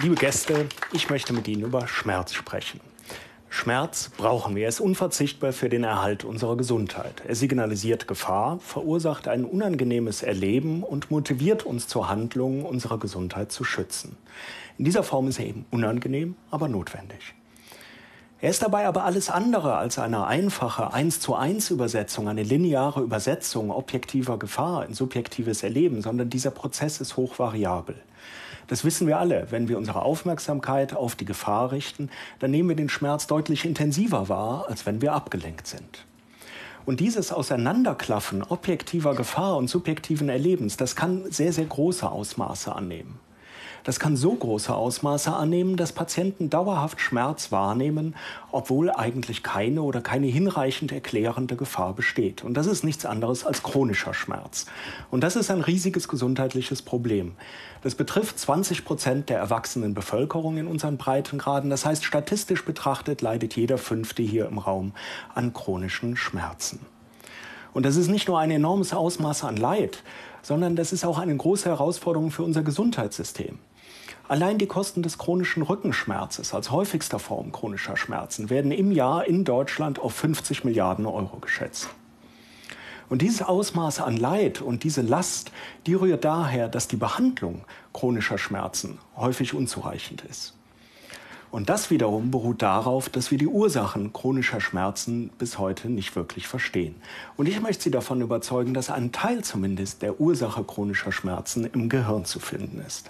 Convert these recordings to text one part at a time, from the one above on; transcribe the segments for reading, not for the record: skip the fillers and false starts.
Liebe Gäste, ich möchte mit Ihnen über Schmerz sprechen. Schmerz brauchen wir, er ist unverzichtbar für den Erhalt unserer Gesundheit. Er signalisiert Gefahr, verursacht ein unangenehmes Erleben und motiviert uns zur Handlung, unsere Gesundheit zu schützen. In dieser Form ist er eben unangenehm, aber notwendig. Er ist dabei aber alles andere als eine einfache 1:1 Übersetzung, eine lineare Übersetzung objektiver Gefahr in subjektives Erleben, sondern dieser Prozess ist hochvariabel. Das wissen wir alle. Wenn wir unsere Aufmerksamkeit auf die Gefahr richten, dann nehmen wir den Schmerz deutlich intensiver wahr, als wenn wir abgelenkt sind. Und dieses Auseinanderklaffen objektiver Gefahr und subjektiven Erlebens, das kann sehr, sehr große Ausmaße annehmen. Das kann so große Ausmaße annehmen, dass Patienten dauerhaft Schmerz wahrnehmen, obwohl eigentlich keine oder keine hinreichend erklärende Gefahr besteht. Und das ist nichts anderes als chronischer Schmerz. Und das ist ein riesiges gesundheitliches Problem. Das betrifft 20% der erwachsenen Bevölkerung in unseren Breitengraden. Das heißt, statistisch betrachtet leidet jeder Fünfte hier im Raum an chronischen Schmerzen. Und das ist nicht nur ein enormes Ausmaß an Leid, sondern das ist auch eine große Herausforderung für unser Gesundheitssystem. Allein die Kosten des chronischen Rückenschmerzes als häufigster Form chronischer Schmerzen werden im Jahr in Deutschland auf 50 Milliarden Euro geschätzt. Und dieses Ausmaß an Leid und diese Last, die rührt daher, dass die Behandlung chronischer Schmerzen häufig unzureichend ist. Und das wiederum beruht darauf, dass wir die Ursachen chronischer Schmerzen bis heute nicht wirklich verstehen. Und ich möchte Sie davon überzeugen, dass ein Teil zumindest der Ursache chronischer Schmerzen im Gehirn zu finden ist.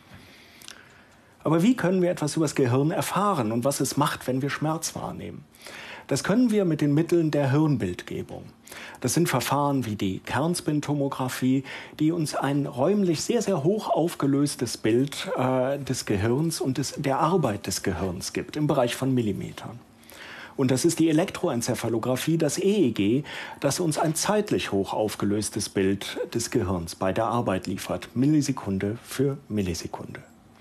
Aber wie können wir etwas über das Gehirn erfahren und was es macht, wenn wir Schmerz wahrnehmen? Das können wir mit den Mitteln der Hirnbildgebung. Das sind Verfahren wie die Kernspintomographie, die uns ein räumlich sehr, sehr hoch aufgelöstes Bild des Gehirns und der Arbeit des Gehirns gibt, im Bereich von Millimetern. Und das ist die Elektroenzephalographie, das EEG, das uns ein zeitlich hoch aufgelöstes Bild des Gehirns bei der Arbeit liefert, Millisekunde für Millisekunde.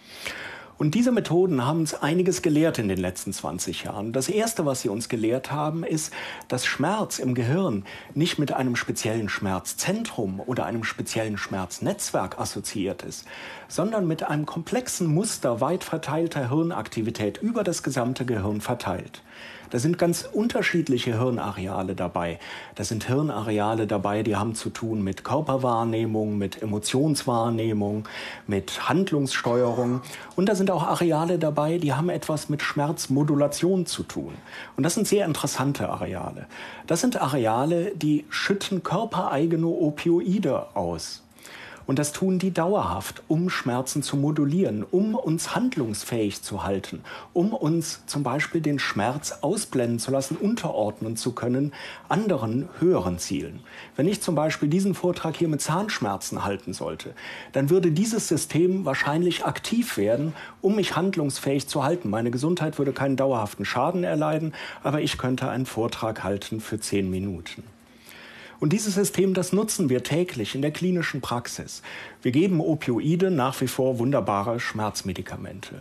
Und diese Methoden haben uns einiges gelehrt in den letzten 20 Jahren. Das Erste, was sie uns gelehrt haben, ist, dass Schmerz im Gehirn nicht mit einem speziellen Schmerzzentrum oder einem speziellen Schmerznetzwerk assoziiert ist, sondern mit einem komplexen Muster weit verteilter Hirnaktivität über das gesamte Gehirn verteilt. Da sind ganz unterschiedliche Hirnareale dabei. Da sind Hirnareale dabei, die haben zu tun mit Körperwahrnehmung, mit Emotionswahrnehmung, mit Handlungssteuerung. Und da sind auch Areale dabei, die haben etwas mit Schmerzmodulation zu tun. Und das sind sehr interessante Areale. Das sind Areale, die schütten körpereigene Opioide aus. Und das tun die dauerhaft, um Schmerzen zu modulieren, um uns handlungsfähig zu halten, um uns zum Beispiel den Schmerz ausblenden zu lassen, unterordnen zu können anderen höheren Zielen. Wenn ich zum Beispiel diesen Vortrag hier mit Zahnschmerzen halten sollte, dann würde dieses System wahrscheinlich aktiv werden, um mich handlungsfähig zu halten. Meine Gesundheit würde keinen dauerhaften Schaden erleiden, aber ich könnte einen Vortrag halten für 10 Minuten. Und dieses System, das nutzen wir täglich in der klinischen Praxis. Wir geben Opioide, nach wie vor wunderbare Schmerzmedikamente.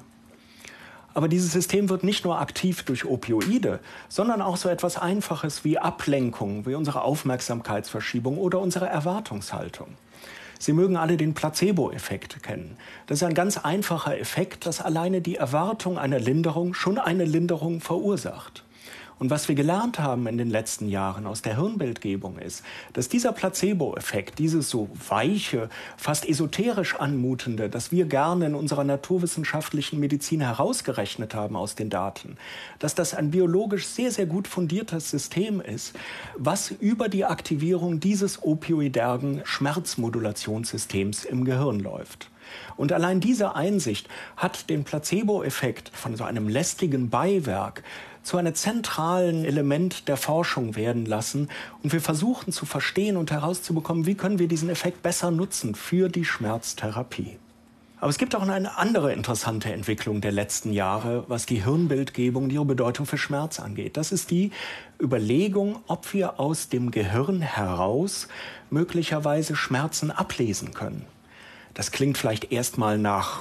Aber dieses System wird nicht nur aktiv durch Opioide, sondern auch so etwas Einfaches wie Ablenkung, wie unsere Aufmerksamkeitsverschiebung oder unsere Erwartungshaltung. Sie mögen alle den Placebo-Effekt kennen. Das ist ein ganz einfacher Effekt, dass alleine die Erwartung einer Linderung schon eine Linderung verursacht. Und was wir gelernt haben in den letzten Jahren aus der Hirnbildgebung ist, dass dieser Placebo-Effekt, dieses so weiche, fast esoterisch anmutende, das wir gerne in unserer naturwissenschaftlichen Medizin herausgerechnet haben aus den Daten, dass das ein biologisch sehr, sehr gut fundiertes System ist, was über die Aktivierung dieses opioidergen Schmerzmodulationssystems im Gehirn läuft. Und allein diese Einsicht hat den Placebo-Effekt von so einem lästigen Beiwerk zu einem zentralen Element der Forschung werden lassen. Und wir versuchen zu verstehen und herauszubekommen, wie können wir diesen Effekt besser nutzen für die Schmerztherapie. Aber es gibt auch eine andere interessante Entwicklung der letzten Jahre, was die Hirnbildgebung, ihre Bedeutung für Schmerz angeht. Das ist die Überlegung, ob wir aus dem Gehirn heraus möglicherweise Schmerzen ablesen können. Das klingt vielleicht erstmal nach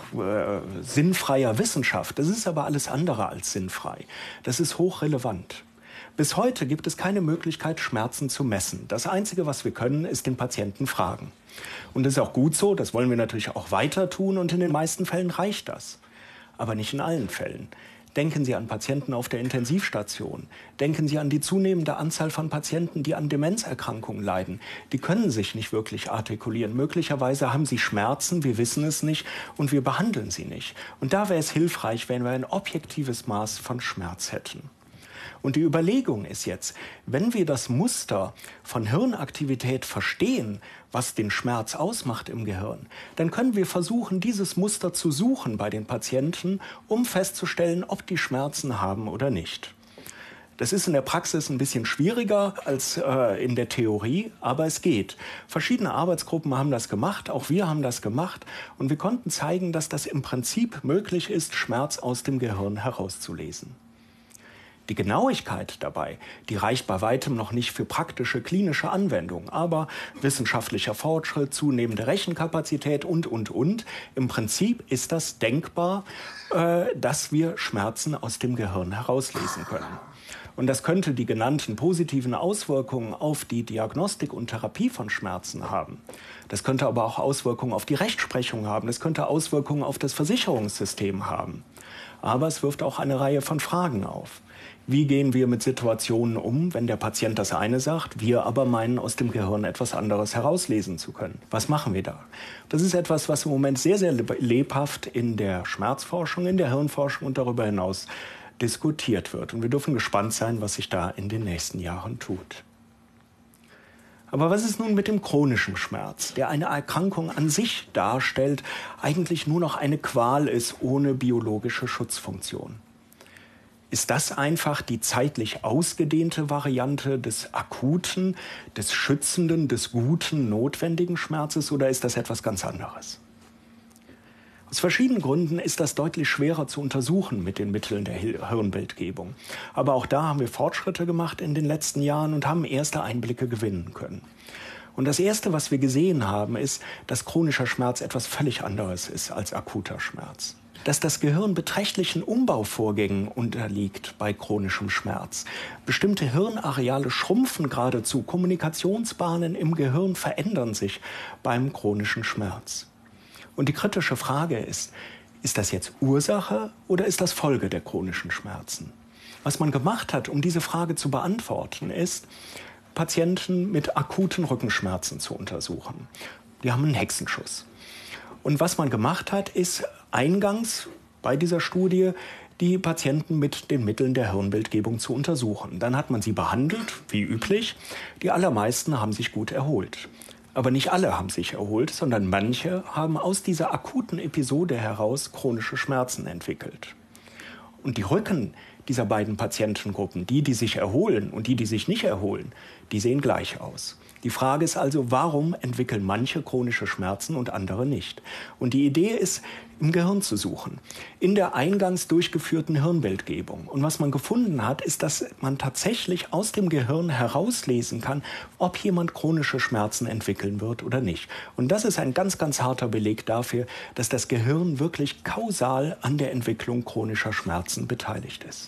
sinnfreier Wissenschaft. Das ist aber alles andere als sinnfrei. Das ist hochrelevant. Bis heute gibt es keine Möglichkeit, Schmerzen zu messen. Das Einzige, was wir können, ist den Patienten fragen. Und das ist auch gut so, das wollen wir natürlich auch weiter tun und in den meisten Fällen reicht das. aber nicht in allen Fällen. Denken Sie an Patienten auf der Intensivstation. Denken Sie an die zunehmende Anzahl von Patienten, die an Demenzerkrankungen leiden. Die können sich nicht wirklich artikulieren. Möglicherweise haben sie Schmerzen, wir wissen es nicht und wir behandeln sie nicht. Und da wäre es hilfreich, wenn wir ein objektives Maß von Schmerz hätten. Und die Überlegung ist jetzt, wenn wir das Muster von Hirnaktivität verstehen, was den Schmerz ausmacht im Gehirn, dann können wir versuchen, dieses Muster zu suchen bei den Patienten, um festzustellen, ob die Schmerzen haben oder nicht. Das ist in der Praxis ein bisschen schwieriger als in der Theorie, aber es geht. Verschiedene Arbeitsgruppen haben das gemacht, auch wir haben das gemacht und wir konnten zeigen, dass das im Prinzip möglich ist, Schmerz aus dem Gehirn herauszulesen. Die Genauigkeit dabei, die reicht bei weitem noch nicht für praktische klinische Anwendungen, aber wissenschaftlicher Fortschritt, zunehmende Rechenkapazität und. Im Prinzip ist das denkbar, dass wir Schmerzen aus dem Gehirn herauslesen können. Und das könnte die genannten positiven Auswirkungen auf die Diagnostik und Therapie von Schmerzen haben. Das könnte aber auch Auswirkungen auf die Rechtsprechung haben. Das könnte Auswirkungen auf das Versicherungssystem haben. Aber es wirft auch eine Reihe von Fragen auf. Wie gehen wir mit Situationen um, wenn der Patient das eine sagt, wir aber meinen, aus dem Gehirn etwas anderes herauslesen zu können? Was machen wir da? Das ist etwas, was im Moment sehr, sehr lebhaft in der Schmerzforschung, in der Hirnforschung und darüber hinaus diskutiert wird. Und wir dürfen gespannt sein, was sich da in den nächsten Jahren tut. Aber was ist nun mit dem chronischen Schmerz, der eine Erkrankung an sich darstellt, eigentlich nur noch eine Qual ist ohne biologische Schutzfunktion? Ist das einfach die zeitlich ausgedehnte Variante des akuten, des schützenden, des guten, notwendigen Schmerzes oder ist das etwas ganz anderes? Aus verschiedenen Gründen ist das deutlich schwerer zu untersuchen mit den Mitteln der Hirnbildgebung. Aber auch da haben wir Fortschritte gemacht in den letzten Jahren und haben erste Einblicke gewinnen können. Und das Erste, was wir gesehen haben, ist, dass chronischer Schmerz etwas völlig anderes ist als akuter Schmerz. Dass das Gehirn beträchtlichen Umbauvorgängen unterliegt bei chronischem Schmerz. Bestimmte Hirnareale schrumpfen geradezu, Kommunikationsbahnen im Gehirn verändern sich beim chronischen Schmerz. Und die kritische Frage ist das jetzt Ursache oder ist das Folge der chronischen Schmerzen? Was man gemacht hat, um diese Frage zu beantworten, ist, Patienten mit akuten Rückenschmerzen zu untersuchen. Die haben einen Hexenschuss. Und was man gemacht hat, ist eingangs bei dieser Studie die Patienten mit den Mitteln der Hirnbildgebung zu untersuchen. Dann hat man sie behandelt, wie üblich. Die allermeisten haben sich gut erholt. Aber nicht alle haben sich erholt, sondern manche haben aus dieser akuten Episode heraus chronische Schmerzen entwickelt. Und die Rücken dieser beiden Patientengruppen, die sich erholen und die sich nicht erholen, die sehen gleich aus. Die Frage ist also, warum entwickeln manche chronische Schmerzen und andere nicht? Und die Idee ist, im Gehirn zu suchen, in der eingangs durchgeführten Hirnbildgebung. Und was man gefunden hat, ist, dass man tatsächlich aus dem Gehirn herauslesen kann, ob jemand chronische Schmerzen entwickeln wird oder nicht. Und das ist ein ganz, ganz harter Beleg dafür, dass das Gehirn wirklich kausal an der Entwicklung chronischer Schmerzen beteiligt ist.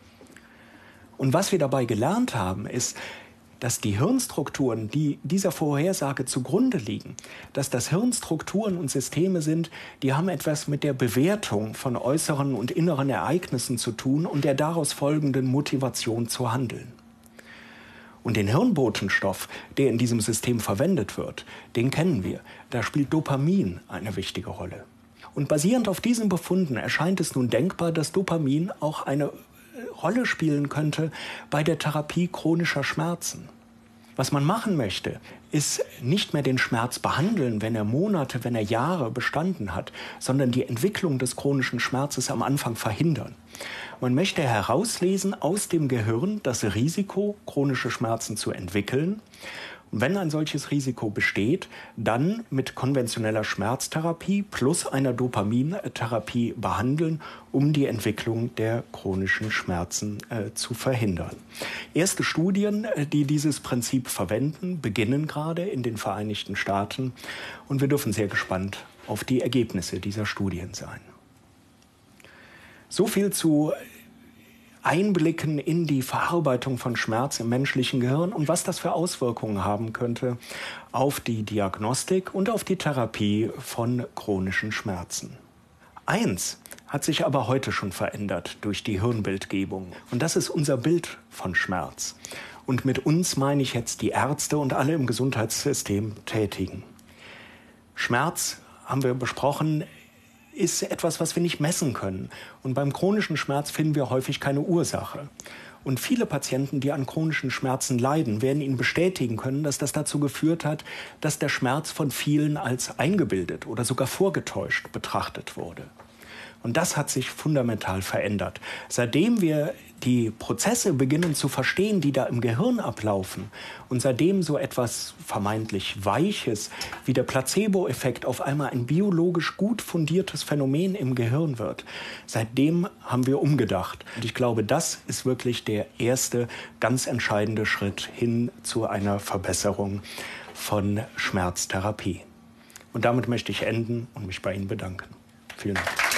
Und was wir dabei gelernt haben, ist, dass die Hirnstrukturen, die dieser Vorhersage zugrunde liegen, dass das Hirnstrukturen und Systeme sind, die haben etwas mit der Bewertung von äußeren und inneren Ereignissen zu tun und der daraus folgenden Motivation zu handeln. Und den Hirnbotenstoff, der in diesem System verwendet wird, den kennen wir. Da spielt Dopamin eine wichtige Rolle. Und basierend auf diesen Befunden erscheint es nun denkbar, dass Dopamin auch eine Rolle spielen könnte bei der Therapie chronischer Schmerzen. Was man machen möchte, ist nicht mehr den Schmerz behandeln, wenn er Monate, wenn er Jahre bestanden hat, sondern die Entwicklung des chronischen Schmerzes am Anfang verhindern. Man möchte herauslesen aus dem Gehirn das Risiko, chronische Schmerzen zu entwickeln. Und wenn ein solches Risiko besteht, dann mit konventioneller Schmerztherapie plus einer Dopamintherapie behandeln, um die Entwicklung der chronischen Schmerzen zu verhindern. Erste Studien, die dieses Prinzip verwenden, beginnen gerade in den Vereinigten Staaten und wir dürfen sehr gespannt auf die Ergebnisse dieser Studien sein. So viel zu Einblicken in die Verarbeitung von Schmerz im menschlichen Gehirn und was das für Auswirkungen haben könnte auf die Diagnostik und auf die Therapie von chronischen Schmerzen. Eins hat sich aber heute schon verändert durch die Hirnbildgebung. Und das ist unser Bild von Schmerz. Und mit uns meine ich jetzt die Ärzte und alle im Gesundheitssystem Tätigen. Schmerz, haben wir besprochen, ist etwas, was wir nicht messen können. Und beim chronischen Schmerz finden wir häufig keine Ursache. Und viele Patienten, die an chronischen Schmerzen leiden, werden Ihnen bestätigen können, dass das dazu geführt hat, dass der Schmerz von vielen als eingebildet oder sogar vorgetäuscht betrachtet wurde. Und das hat sich fundamental verändert. Seitdem wir die Prozesse beginnen zu verstehen, die da im Gehirn ablaufen, und seitdem so etwas vermeintlich Weiches wie der Placebo-Effekt auf einmal ein biologisch gut fundiertes Phänomen im Gehirn wird, seitdem haben wir umgedacht. Und ich glaube, das ist wirklich der erste ganz entscheidende Schritt hin zu einer Verbesserung von Schmerztherapie. Und damit möchte ich enden und mich bei Ihnen bedanken. Vielen Dank.